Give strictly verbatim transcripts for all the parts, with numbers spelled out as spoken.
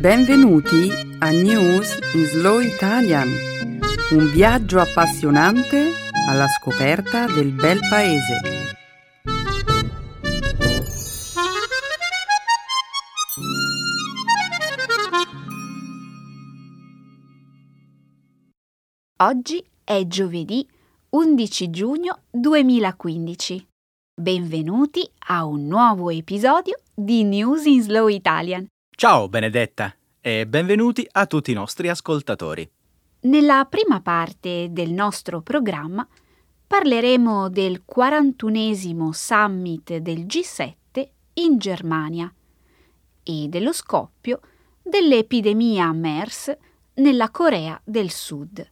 Benvenuti a News in Slow Italian, un viaggio appassionante alla scoperta del bel paese. Oggi è giovedì undici giugno duemilaquindici. Benvenuti a un nuovo episodio di News in Slow Italian. Ciao Benedetta e benvenuti a tutti i nostri ascoltatori. Nella prima parte del nostro programma parleremo del quarantunesimo summit del G sette in Germania e dello scoppio dell'epidemia MERS nella Corea del Sud.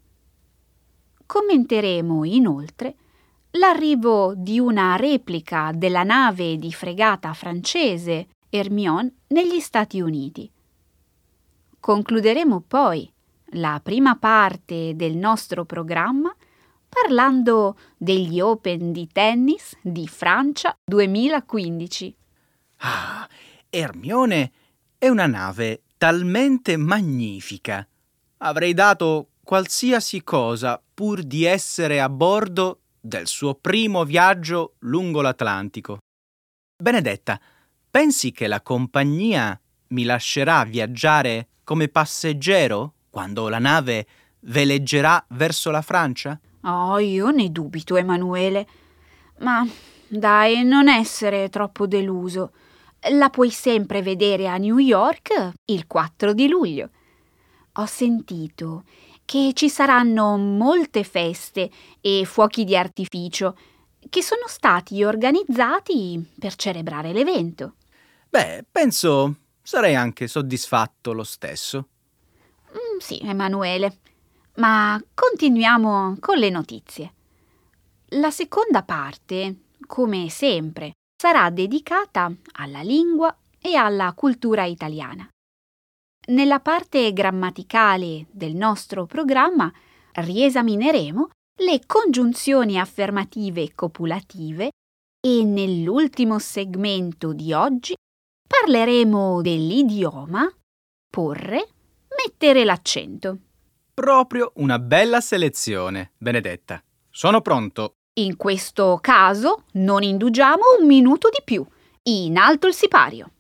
Commenteremo inoltre l'arrivo di una replica della nave di fregata francese Hermione negli Stati Uniti. Concluderemo poi la prima parte del nostro programma parlando degli Open di tennis di Francia duemilaquindici. Ah, Hermione è una nave talmente magnifica. Avrei dato qualsiasi cosa pur di essere a bordo del suo primo viaggio lungo l'Atlantico. Benedetta, pensi che la compagnia mi lascerà viaggiare come passeggero quando la nave veleggerà verso la Francia? Oh, io ne dubito, Emanuele. Ma dai, non essere troppo deluso. La puoi sempre vedere a New York il quattro di luglio. Ho sentito che ci saranno molte feste e fuochi di artificio che sono stati organizzati per celebrare l'evento. Beh, penso sarei anche soddisfatto lo stesso. Mm, sì, Emanuele. Ma continuiamo con le notizie. La seconda parte, come sempre, sarà dedicata alla lingua e alla cultura italiana. Nella parte grammaticale del nostro programma riesamineremo le congiunzioni affermative e copulative e nell'ultimo segmento di oggi parleremo dell'idioma porre, mettere l'accento. Proprio una bella selezione, Benedetta. Sono pronto. In questo caso non indugiamo un minuto di più. In alto il sipario.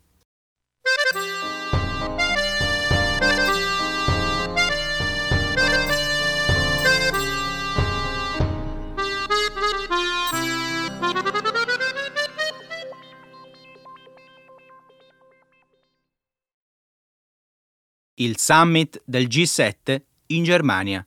Il summit del G sette in Germania.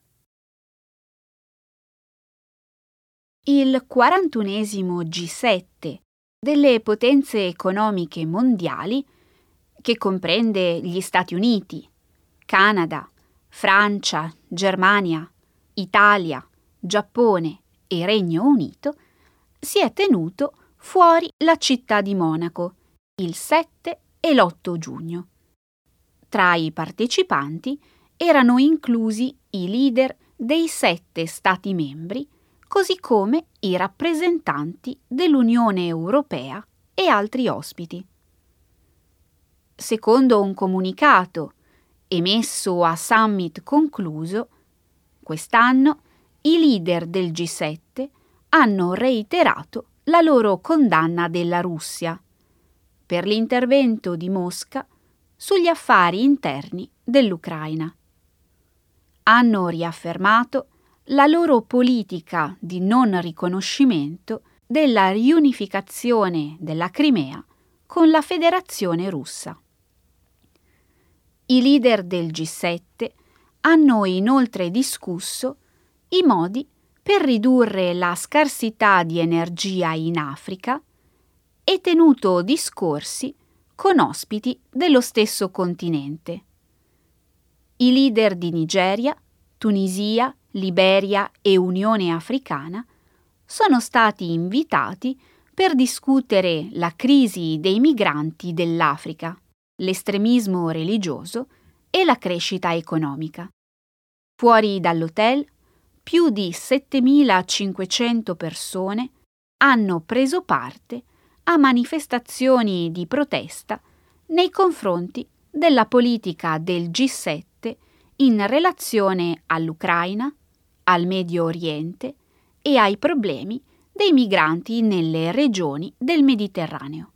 Il quarantunesimo G sette delle potenze economiche mondiali, che comprende gli Stati Uniti, Canada, Francia, Germania, Italia, Giappone e Regno Unito, si è tenuto fuori la città di Monaco il sette e l'otto giugno. Tra i partecipanti erano inclusi i leader dei sette Stati membri, così come i rappresentanti dell'Unione Europea e altri ospiti. Secondo un comunicato emesso a summit concluso, quest'anno i leader del G sette hanno reiterato la loro condanna della Russia per l'intervento di Mosca sugli affari interni dell'Ucraina. Hanno riaffermato la loro politica di non riconoscimento della riunificazione della Crimea con la Federazione Russa. I leader del G sette hanno inoltre discusso i modi per ridurre la scarsità di energia in Africa e tenuto discorsi con ospiti dello stesso continente. I leader di Nigeria, Tunisia, Liberia e Unione Africana sono stati invitati per discutere la crisi dei migranti dell'Africa, l'estremismo religioso e la crescita economica. Fuori dall'hotel, più di settemilacinquecento persone hanno preso parte a manifestazioni di protesta nei confronti della politica del G sette in relazione all'Ucraina, al Medio Oriente e ai problemi dei migranti nelle regioni del Mediterraneo.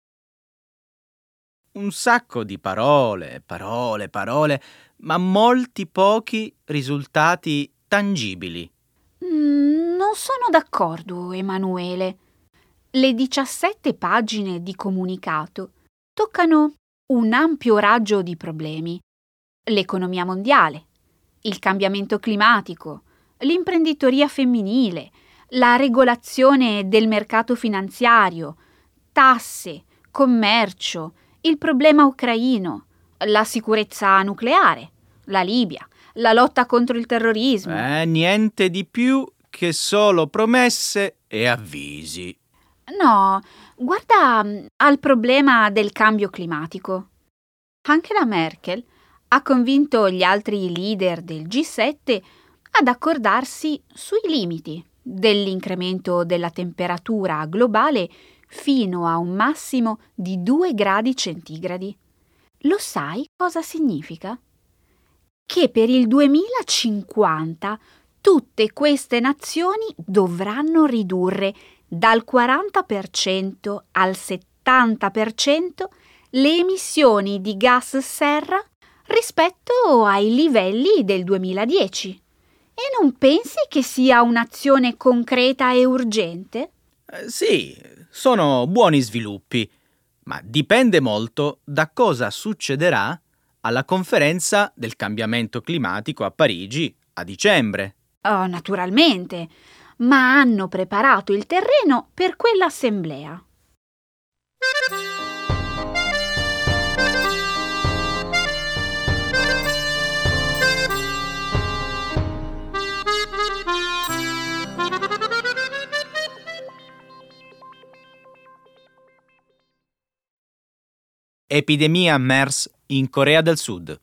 Un sacco di parole, parole, parole, ma molti pochi risultati tangibili. Mm, non sono d'accordo, Emanuele. Le diciassette pagine di comunicato toccano un ampio raggio di problemi. L'economia mondiale, il cambiamento climatico, l'imprenditoria femminile, la regolazione del mercato finanziario, tasse, commercio, il problema ucraino, la sicurezza nucleare, la Libia, la lotta contro il terrorismo. Eh, niente di più che solo promesse e avvisi. No, guarda al problema del cambio climatico. Anche la Merkel ha convinto gli altri leader del G sette ad accordarsi sui limiti dell'incremento della temperatura globale fino a un massimo di due gradi centigradi. Lo sai cosa significa? Che per il duemilacinquanta tutte queste nazioni dovranno ridurre dal quaranta per cento al settanta per cento le emissioni di gas serra rispetto ai livelli del duemiladieci. E non pensi che sia un'azione concreta e urgente? Eh, sì, sono buoni sviluppi, ma dipende molto da cosa succederà alla conferenza del cambiamento climatico a Parigi a dicembre. Oh, naturalmente, ma hanno preparato il terreno per quell'assemblea. Epidemia MERS in Corea del Sud.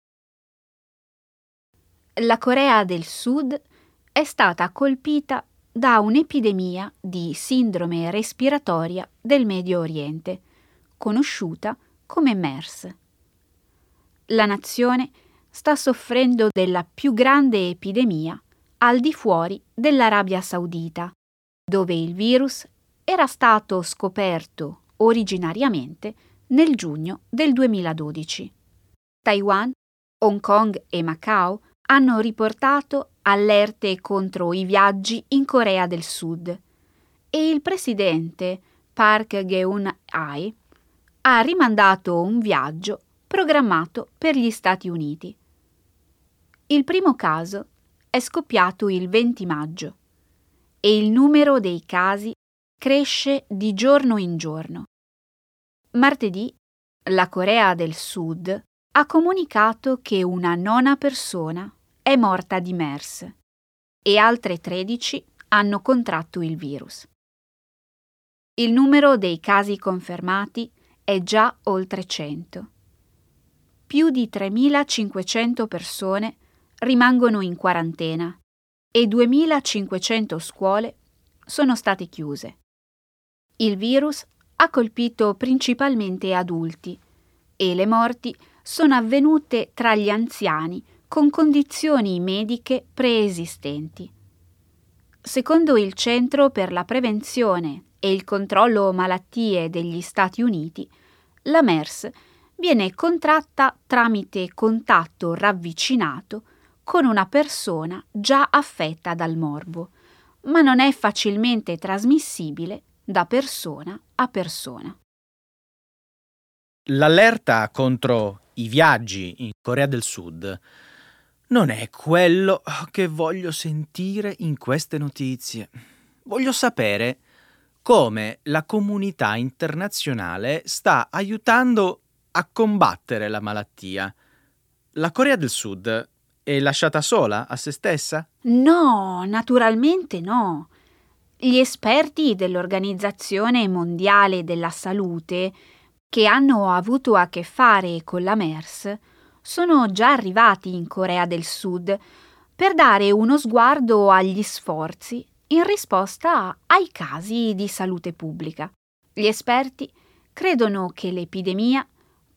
La Corea del Sud è stata colpita da un'epidemia di sindrome respiratoria del Medio Oriente, conosciuta come MERS. La nazione sta soffrendo della più grande epidemia al di fuori dell'Arabia Saudita, dove il virus era stato scoperto originariamente nel giugno del duemiladodici. Taiwan, Hong Kong e Macao hanno riportato allerte contro i viaggi in Corea del Sud e il presidente Park Geun-hye ha rimandato un viaggio programmato per gli Stati Uniti. Il primo caso è scoppiato il venti maggio e il numero dei casi cresce di giorno in giorno. Martedì, la Corea del Sud ha comunicato che una nona persona è morta di MERS e altre tredici hanno contratto il virus. Il numero dei casi confermati è già oltre cento. Più di tremilacinquecento persone rimangono in quarantena e duemilacinquecento scuole sono state chiuse. Il virus ha colpito principalmente adulti e le morti sono avvenute tra gli anziani con condizioni mediche preesistenti. Secondo il Centro per la Prevenzione e il Controllo Malattie degli Stati Uniti, la MERS viene contratta tramite contatto ravvicinato con una persona già affetta dal morbo, ma non è facilmente trasmissibile da persona a persona. L'allerta contro i viaggi in Corea del Sud non è quello che voglio sentire in queste notizie. Voglio sapere come la comunità internazionale sta aiutando a combattere la malattia. La Corea del Sud è lasciata sola a se stessa? No, naturalmente no. Gli esperti dell'Organizzazione Mondiale della Salute, che hanno avuto a che fare con la MERS, sono già arrivati in Corea del Sud per dare uno sguardo agli sforzi in risposta ai casi di salute pubblica. Gli esperti credono che l'epidemia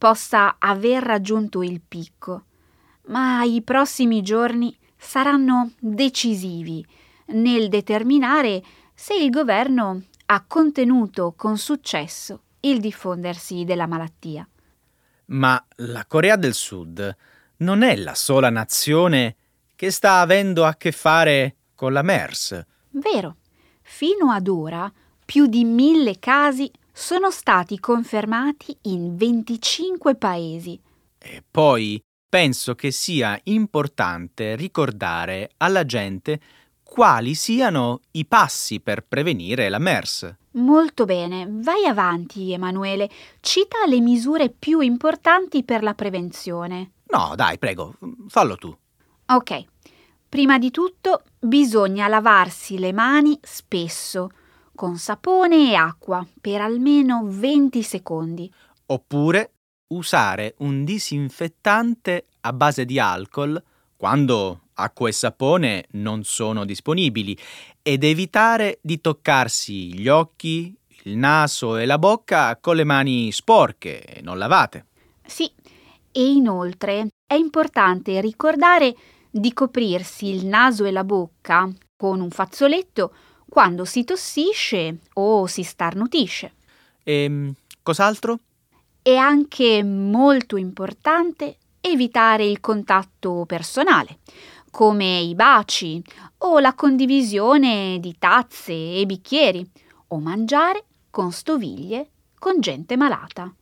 possa aver raggiunto il picco, ma i prossimi giorni saranno decisivi nel determinare se il governo ha contenuto con successo il diffondersi della malattia. Ma la Corea del Sud non è la sola nazione che sta avendo a che fare con la MERS. Vero, fino ad ora più di mille casi sono stati confermati in venticinque paesi. E poi penso che sia importante ricordare alla gente quali siano i passi per prevenire la MERS. Molto bene, vai avanti, Emanuele. Cita le misure più importanti per la prevenzione. No, dai, prego, fallo tu. Ok, prima di tutto bisogna lavarsi le mani spesso, con sapone e acqua, per almeno venti secondi. Oppure usare un disinfettante a base di alcol quando acqua e sapone non sono disponibili ed evitare di toccarsi gli occhi, il naso e la bocca con le mani sporche e non lavate. Sì, e inoltre è importante ricordare di coprirsi il naso e la bocca con un fazzoletto quando si tossisce o si starnutisce. E cos'altro? È anche molto importante evitare il contatto personale, come i baci o la condivisione di tazze e bicchieri, o mangiare con stoviglie con gente malata.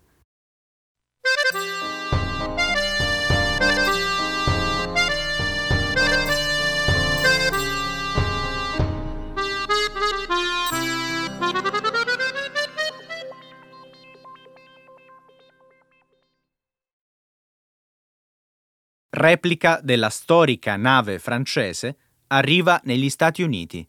Replica della storica nave francese arriva negli Stati Uniti.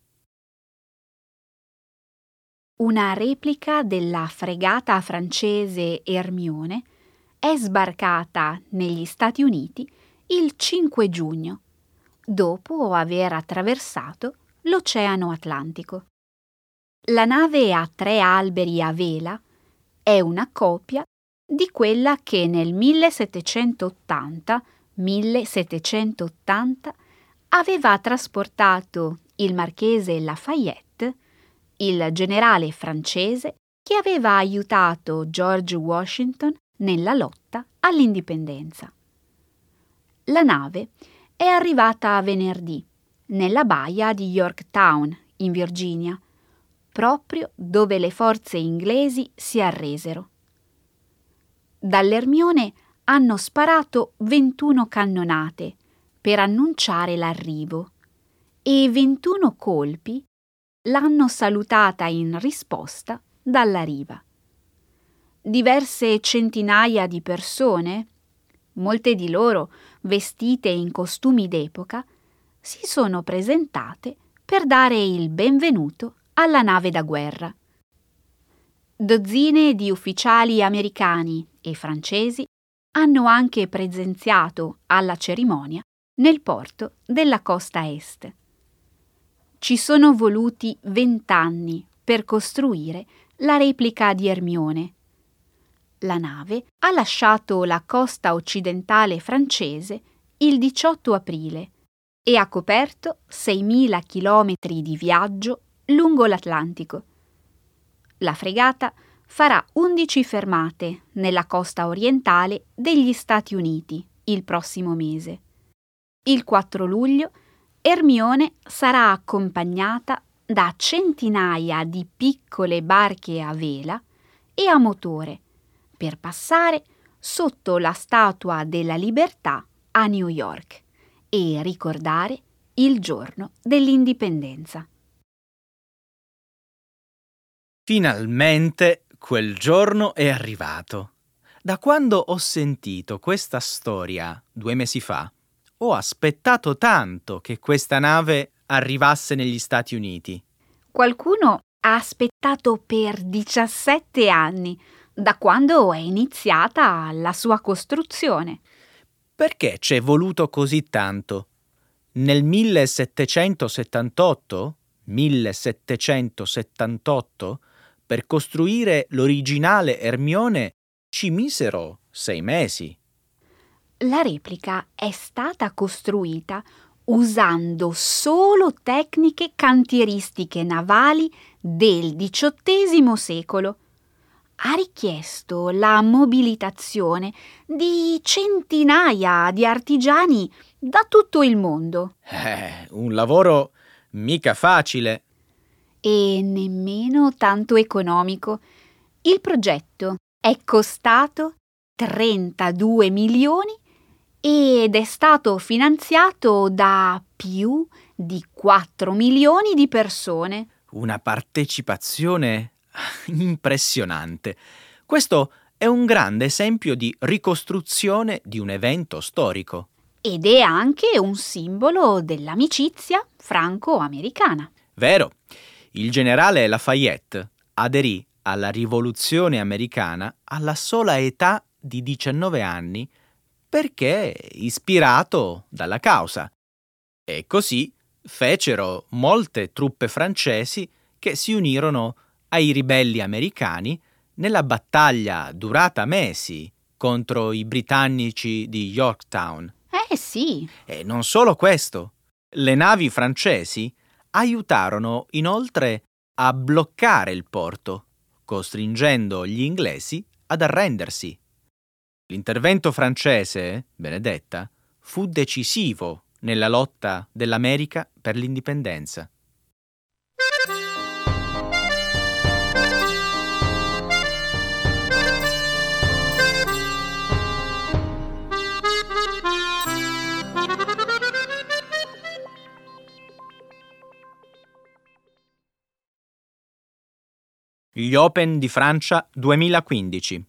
Una replica della fregata francese Hermione è sbarcata negli Stati Uniti il cinque giugno, dopo aver attraversato l'Oceano Atlantico. La nave a tre alberi a vela è una copia di quella che nel millesettecentottanta aveva trasportato il marchese Lafayette, il generale francese che aveva aiutato George Washington nella lotta all'indipendenza. La nave è arrivata venerdì nella baia di Yorktown, in Virginia, proprio dove le forze inglesi si arresero. Dall'Hermione hanno sparato ventuno cannonate per annunciare l'arrivo e ventuno colpi l'hanno salutata in risposta dalla riva. Diverse centinaia di persone, molte di loro vestite in costumi d'epoca, si sono presentate per dare il benvenuto alla nave da guerra. Dozzine di ufficiali americani e francesi hanno anche presenziato alla cerimonia nel porto della costa est. Ci sono voluti vent'anni per costruire la replica di Hermione. La nave ha lasciato la costa occidentale francese il diciotto aprile e ha coperto seimila chilometri di viaggio lungo l'Atlantico. La fregata farà undici fermate nella costa orientale degli Stati Uniti il prossimo mese. Il quattro luglio Hermione sarà accompagnata da centinaia di piccole barche a vela e a motore per passare sotto la Statua della Libertà a New York e ricordare il giorno dell'indipendenza. Finalmente quel giorno è arrivato. Da quando ho sentito questa storia due mesi fa, ho aspettato tanto che questa nave arrivasse negli Stati Uniti. Qualcuno ha aspettato per diciassette anni, da quando è iniziata la sua costruzione. Perché ci è voluto così tanto? Nel millesettecentosettantotto, millesettecentosettantotto, per costruire l'originale Hermione ci misero sei mesi. La replica è stata costruita usando solo tecniche cantieristiche navali del diciottesimo secolo. Ha richiesto la mobilitazione di centinaia di artigiani da tutto il mondo. Eh, un lavoro mica facile. E nemmeno tanto economico. Il progetto è costato trentadue milioni ed è stato finanziato da più di quattro milioni di persone. Una partecipazione impressionante. Questo è un grande esempio di ricostruzione di un evento storico. Ed è anche un simbolo dell'amicizia franco-americana. Vero, il generale Lafayette aderì alla rivoluzione americana alla sola età di diciannove anni perché ispirato dalla causa. E così fecero molte truppe francesi che si unirono ai ribelli americani nella battaglia durata mesi contro i britannici di Yorktown. Eh sì. E non solo questo. Le navi francesi aiutarono inoltre a bloccare il porto, costringendo gli inglesi ad arrendersi. L'intervento francese, Benedetta, fu decisivo nella lotta dell'America per l'indipendenza. Gli Open di Francia duemilaquindici.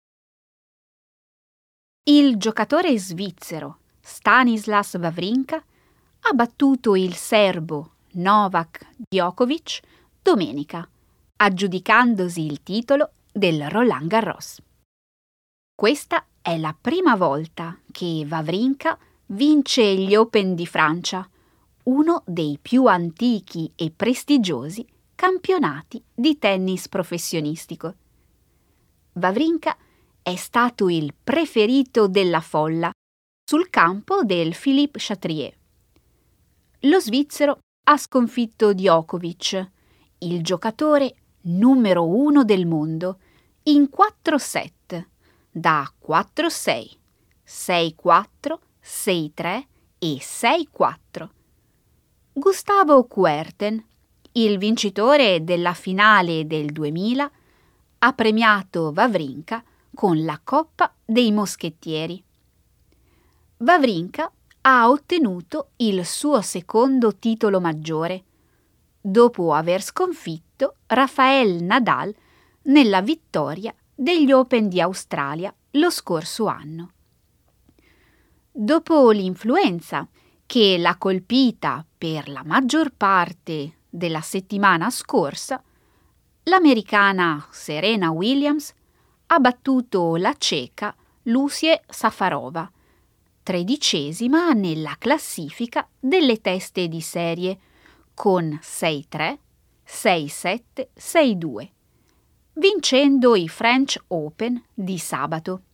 Il giocatore svizzero Stanislas Wawrinka ha battuto il serbo Novak Djokovic domenica, aggiudicandosi il titolo del Roland Garros. Questa è la prima volta che Wawrinka vince gli Open di Francia, uno dei più antichi e prestigiosi campionati di tennis professionistico. Wawrinka è stato il preferito della folla sul campo del Philippe Chatrier. Lo svizzero ha sconfitto Djokovic, il giocatore numero uno del mondo, in quattro set, da quattro sei, sei quattro, sei tre e sei quattro. Gustavo Kuerten, il vincitore della finale del duemila, ha premiato Wawrinka con la Coppa dei Moschettieri. Wawrinka ha ottenuto il suo secondo titolo maggiore, dopo aver sconfitto Rafael Nadal nella vittoria degli Open di Australia lo scorso anno. Dopo l'influenza che l'ha colpita per la maggior parte della settimana scorsa, l'americana Serena Williams ha battuto la ceca Lucie Safarova, tredicesima nella classifica delle teste di serie, con sei tre, sei sette, sei due, vincendo i French Open di sabato.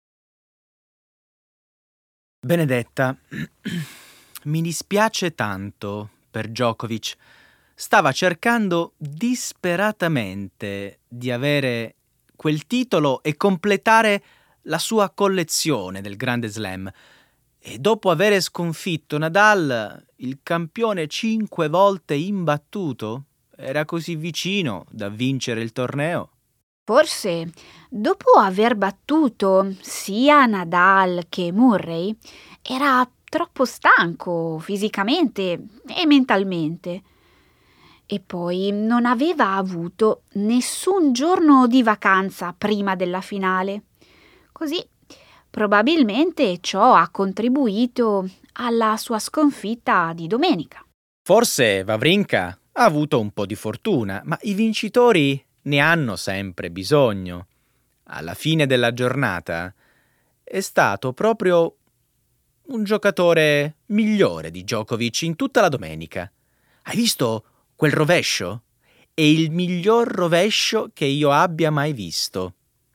Benedetta, mi dispiace tanto per Djokovic. Stava cercando disperatamente di avere quel titolo e completare la sua collezione del Grande Slam. E dopo aver sconfitto Nadal, il campione cinque volte imbattuto, era così vicino da vincere il torneo. Forse, dopo aver battuto sia Nadal che Murray, era troppo stanco fisicamente e mentalmente. E poi non aveva avuto nessun giorno di vacanza prima della finale. Così probabilmente ciò ha contribuito alla sua sconfitta di domenica. Forse Wawrinka ha avuto un po' di fortuna, ma i vincitori ne hanno sempre bisogno. Alla fine della giornata è stato proprio un giocatore migliore di Djokovic in tutta la domenica. Hai visto quel rovescio? È il miglior rovescio che io abbia mai visto.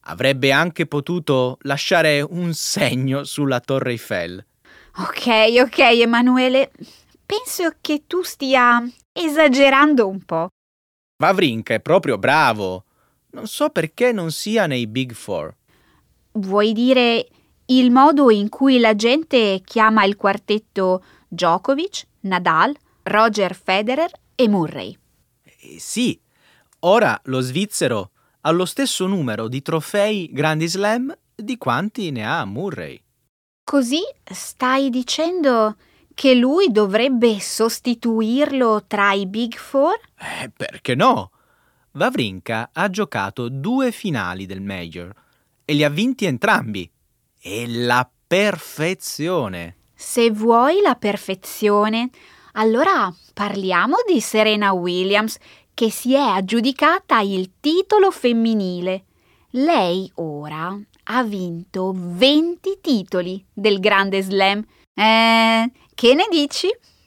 Avrebbe anche potuto lasciare un segno sulla Torre Eiffel. Ok, ok, Emanuele. Penso che tu stia esagerando un po'. Wawrinka è proprio bravo. Non so perché non sia nei Big Four. Vuoi dire il modo in cui la gente chiama il quartetto Djokovic, Nadal, Roger Federer e Murray? Eh, sì, ora lo svizzero ha lo stesso numero di trofei Grand Slam di quanti ne ha Murray. Così stai dicendo che lui dovrebbe sostituirlo tra i Big Four? Eh, perché no? Wawrinka ha giocato due finali del Major e li ha vinti entrambi. È la perfezione. Se vuoi la perfezione, allora parliamo di Serena Williams, che si è aggiudicata il titolo femminile. Lei ora ha vinto venti titoli del Grande Slam. Eh, che ne dici?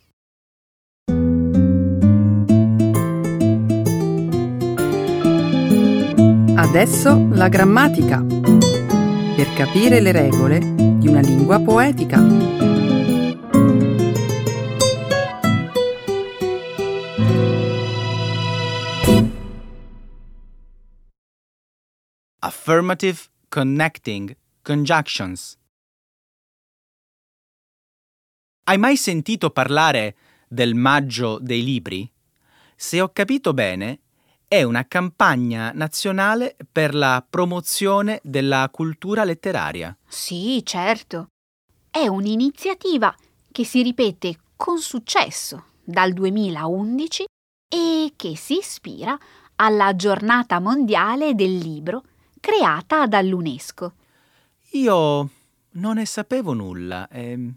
Adesso la grammatica, per capire le regole di una lingua poetica. Affirmative connecting conjunctions. Hai mai sentito parlare del Maggio dei Libri? Se ho capito bene, è una campagna nazionale per la promozione della cultura letteraria. Sì, certo. È un'iniziativa che si ripete con successo dal duemilaundici e che si ispira alla Giornata Mondiale del Libro creata dall'UNESCO. Io non ne sapevo nulla. E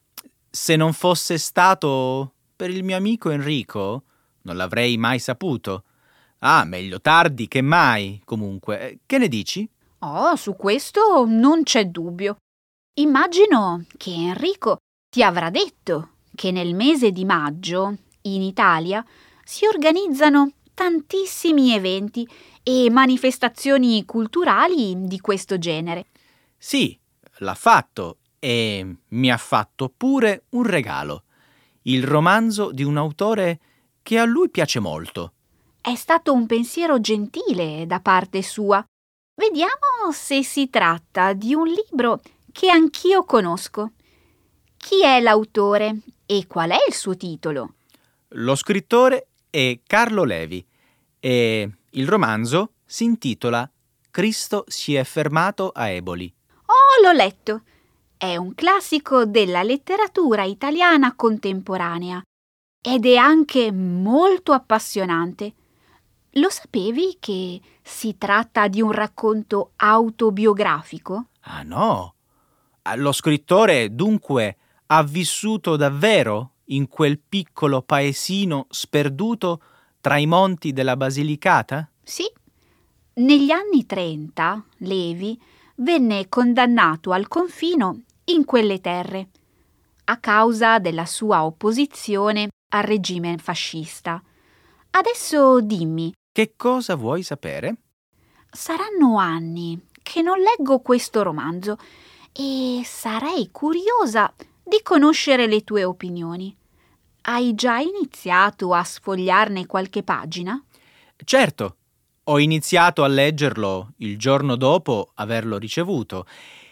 se non fosse stato per il mio amico Enrico, non l'avrei mai saputo. Ah, meglio tardi che mai, comunque. Che ne dici? Oh, su questo non c'è dubbio. Immagino che Enrico ti avrà detto che nel mese di maggio, in Italia, si organizzano tantissimi eventi e manifestazioni culturali di questo genere. Sì, l'ha fatto e mi ha fatto pure un regalo. Il romanzo di un autore che a lui piace molto. È stato un pensiero gentile da parte sua. Vediamo se si tratta di un libro che anch'io conosco. Chi è l'autore e qual è il suo titolo? Lo scrittore è Carlo Levi e il romanzo si intitola Cristo si è fermato a Eboli. Oh, l'ho letto. È un classico della letteratura italiana contemporanea ed è anche molto appassionante. Lo sapevi che si tratta di un racconto autobiografico? Ah no? Lo scrittore dunque ha vissuto davvero in quel piccolo paesino sperduto tra i monti della Basilicata? Sì. Negli anni trenta Levi venne condannato al confino in quelle terre a causa della sua opposizione al regime fascista. Adesso dimmi, che cosa vuoi sapere? Saranno anni che non leggo questo romanzo e sarei curiosa di conoscere le tue opinioni. Hai già iniziato a sfogliarne qualche pagina? Certo, ho iniziato a leggerlo il giorno dopo averlo ricevuto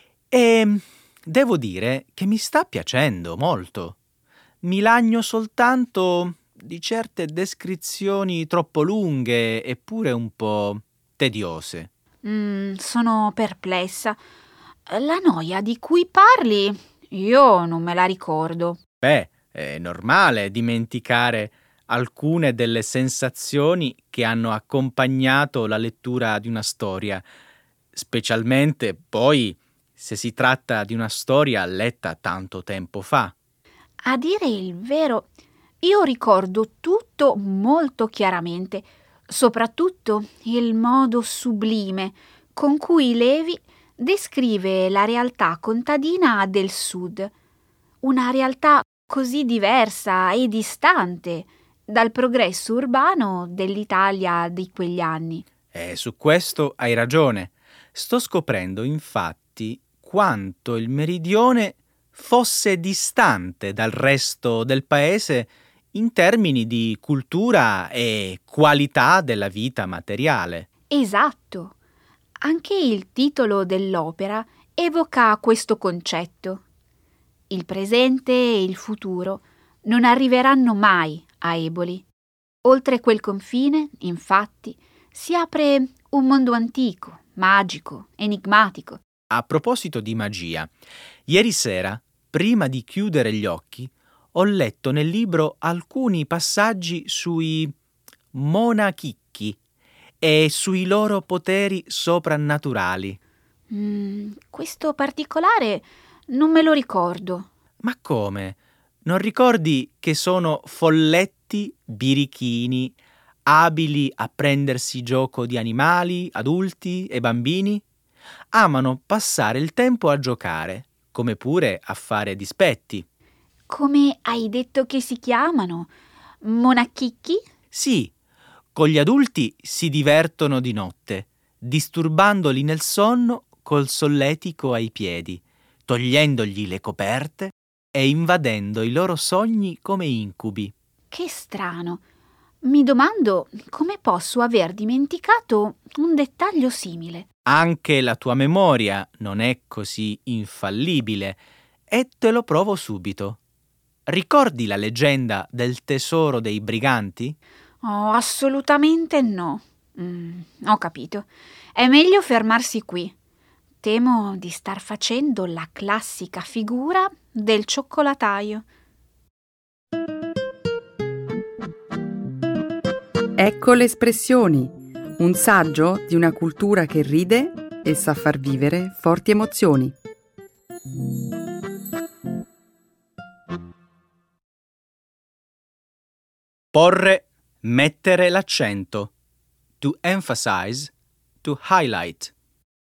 e devo dire che mi sta piacendo molto. Mi lagno soltanto di certe descrizioni troppo lunghe eppure un po' tediose. Mm, sono perplessa. La noia di cui parli, io non me la ricordo. Beh, è normale dimenticare alcune delle sensazioni che hanno accompagnato la lettura di una storia, specialmente poi se si tratta di una storia letta tanto tempo fa. A dire il vero, io ricordo tutto molto chiaramente, soprattutto il modo sublime con cui Levi descrive la realtà contadina del Sud, una realtà così diversa e distante dal progresso urbano dell'Italia di quegli anni. E su questo hai ragione. Sto scoprendo infatti quanto il meridione fosse distante dal resto del paese in termini di cultura e qualità della vita materiale. Esatto. Anche il titolo dell'opera evoca questo concetto. Il presente e il futuro non arriveranno mai a Eboli. Oltre quel confine, infatti, si apre un mondo antico, magico, enigmatico. A proposito di magia, ieri sera, prima di chiudere gli occhi, ho letto nel libro alcuni passaggi sui monachicchi e sui loro poteri soprannaturali. Mm, questo particolare non me lo ricordo. Ma come? Non ricordi che sono folletti, birichini, abili a prendersi gioco di animali, adulti e bambini? Amano passare il tempo a giocare, come pure a fare dispetti. Come hai detto che si chiamano? Monachicchi? Sì, con gli adulti si divertono di notte, disturbandoli nel sonno col solletico ai piedi, togliendogli le coperte e invadendo i loro sogni come incubi. Che strano. Mi domando come posso aver dimenticato un dettaglio simile. Anche la tua memoria non è così infallibile e te lo provo subito. Ricordi la leggenda del tesoro dei briganti? Oh, assolutamente no. Mm, ho capito. È meglio fermarsi qui. Temo di star facendo la classica figura del cioccolataio. Ecco le espressioni, un saggio di una cultura che ride e sa far vivere forti emozioni. Porre, mettere l'accento. To emphasize, to highlight.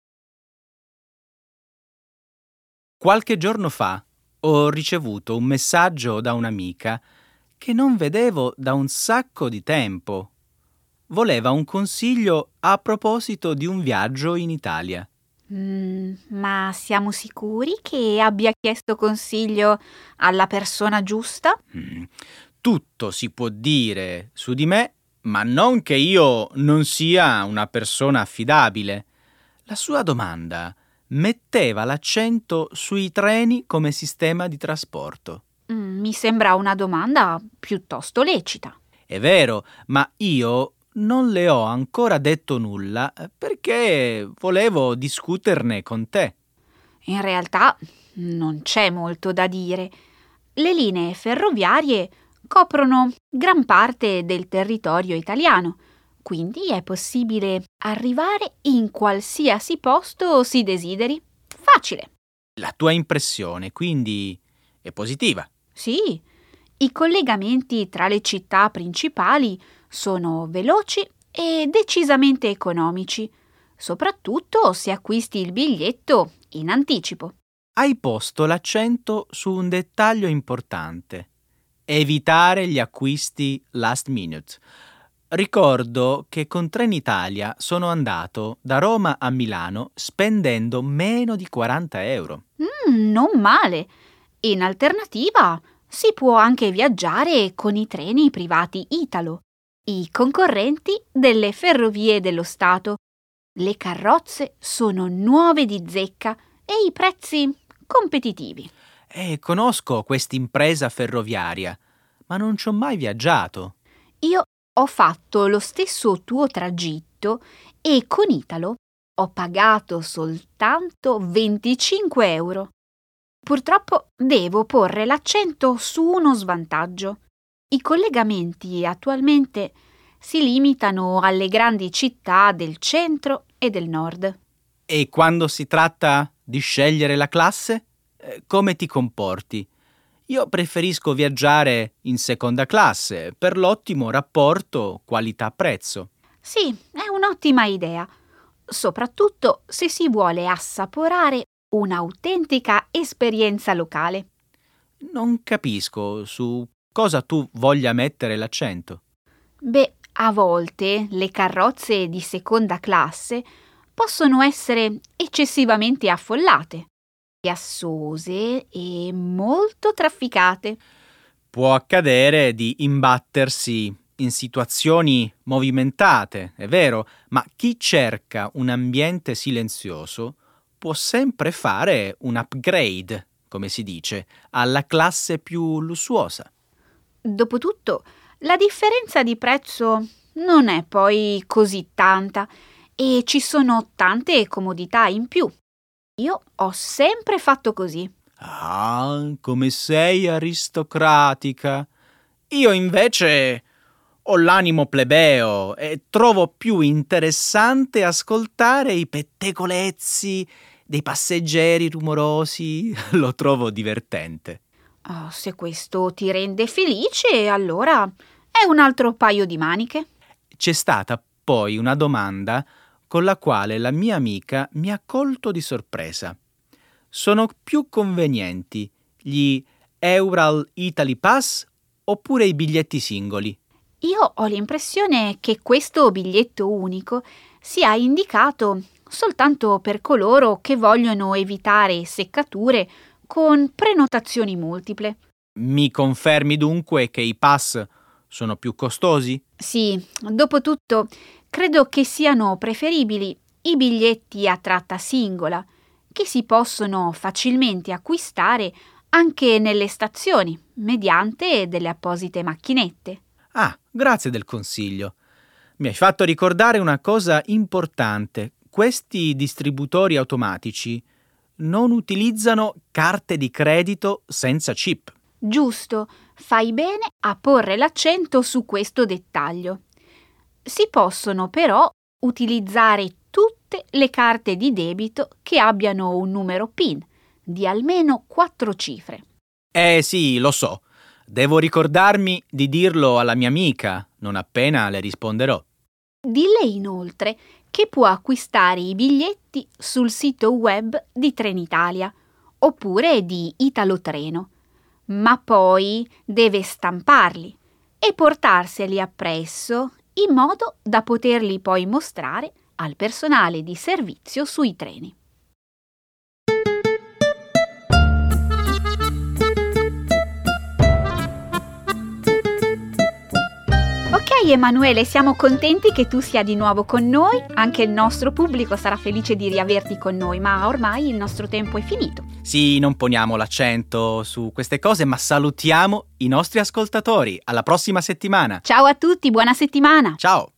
Qualche giorno fa ho ricevuto un messaggio da un'amica che non vedevo da un sacco di tempo. Voleva un consiglio a proposito di un viaggio in Italia. Mm, ma siamo sicuri che abbia chiesto consiglio alla persona giusta? Mm, tutto si può dire su di me, ma non che io non sia una persona affidabile. La sua domanda metteva l'accento sui treni come sistema di trasporto. Mm, mi sembra una domanda piuttosto lecita. È vero, ma io non le ho ancora detto nulla perché volevo discuterne con te. In realtà non c'è molto da dire. Le linee ferroviarie coprono gran parte del territorio italiano, quindi è possibile arrivare in qualsiasi posto si desideri. Facile. La tua impressione, quindi, è positiva? Sì, i collegamenti tra le città principali sono veloci e decisamente economici, soprattutto se acquisti il biglietto in anticipo. Hai posto l'accento su un dettaglio importante: evitare gli acquisti last minute. Ricordo che con Trenitalia sono andato da Roma a Milano spendendo meno di quaranta euro. Mm, non male. In alternativa si può anche viaggiare con i treni privati Italo, i concorrenti delle ferrovie dello Stato. Le carrozze sono nuove di zecca e i prezzi competitivi. Eh, conosco quest'impresa ferroviaria, ma non ci ho mai viaggiato. Io ho fatto lo stesso tuo tragitto e con Italo ho pagato soltanto venticinque euro. Purtroppo devo porre l'accento su uno svantaggio. I collegamenti attualmente si limitano alle grandi città del centro e del nord. E quando si tratta di scegliere la classe, eh, come ti comporti? Io preferisco viaggiare in seconda classe per l'ottimo rapporto qualità-prezzo. Sì, è un'ottima idea, soprattutto se si vuole assaporare un'autentica esperienza locale. Non capisco su cosa tu voglia mettere l'accento. Beh, a volte le carrozze di seconda classe possono essere eccessivamente affollate, chiassose e molto trafficate. Può accadere di imbattersi in situazioni movimentate, è vero, ma chi cerca un ambiente silenzioso può sempre fare un upgrade, come si dice, alla classe più lussuosa. Dopotutto, la differenza di prezzo non è poi così tanta e ci sono tante comodità in più. Io ho sempre fatto così. Ah, come sei aristocratica! Io invece ho l'animo plebeo e trovo più interessante ascoltare i pettegolezzi dei passeggeri rumorosi. Lo trovo divertente. Oh, se questo ti rende felice, allora è un altro paio di maniche. C'è stata poi una domanda con la quale la mia amica mi ha colto di sorpresa. Sono più convenienti gli Eural Italy Pass oppure i biglietti singoli? Io ho l'impressione che questo biglietto unico sia indicato soltanto per coloro che vogliono evitare seccature con prenotazioni multiple. Mi confermi dunque che i pass sono più costosi? Sì, dopotutto credo che siano preferibili i biglietti a tratta singola, che si possono facilmente acquistare anche nelle stazioni, mediante delle apposite macchinette. Ah, grazie del consiglio. Mi hai fatto ricordare una cosa importante. Questi distributori automatici non utilizzano carte di credito senza chip. Giusto, fai bene a porre l'accento su questo dettaglio. Si possono però utilizzare tutte le carte di debito che abbiano un numero PIN di almeno quattro cifre. Eh sì, lo so. Devo ricordarmi di dirlo alla mia amica, non appena le risponderò. Dille inoltre che può acquistare i biglietti sul sito web di Trenitalia oppure di Italotreno, ma poi deve stamparli e portarseli appresso in modo da poterli poi mostrare al personale di servizio sui treni. Ok Emanuele, siamo contenti che tu sia di nuovo con noi, anche il nostro pubblico sarà felice di riaverti con noi, ma ormai il nostro tempo è finito. Sì, non poniamo l'accento su queste cose, ma salutiamo i nostri ascoltatori. Alla prossima settimana. Ciao a tutti, buona settimana! Ciao!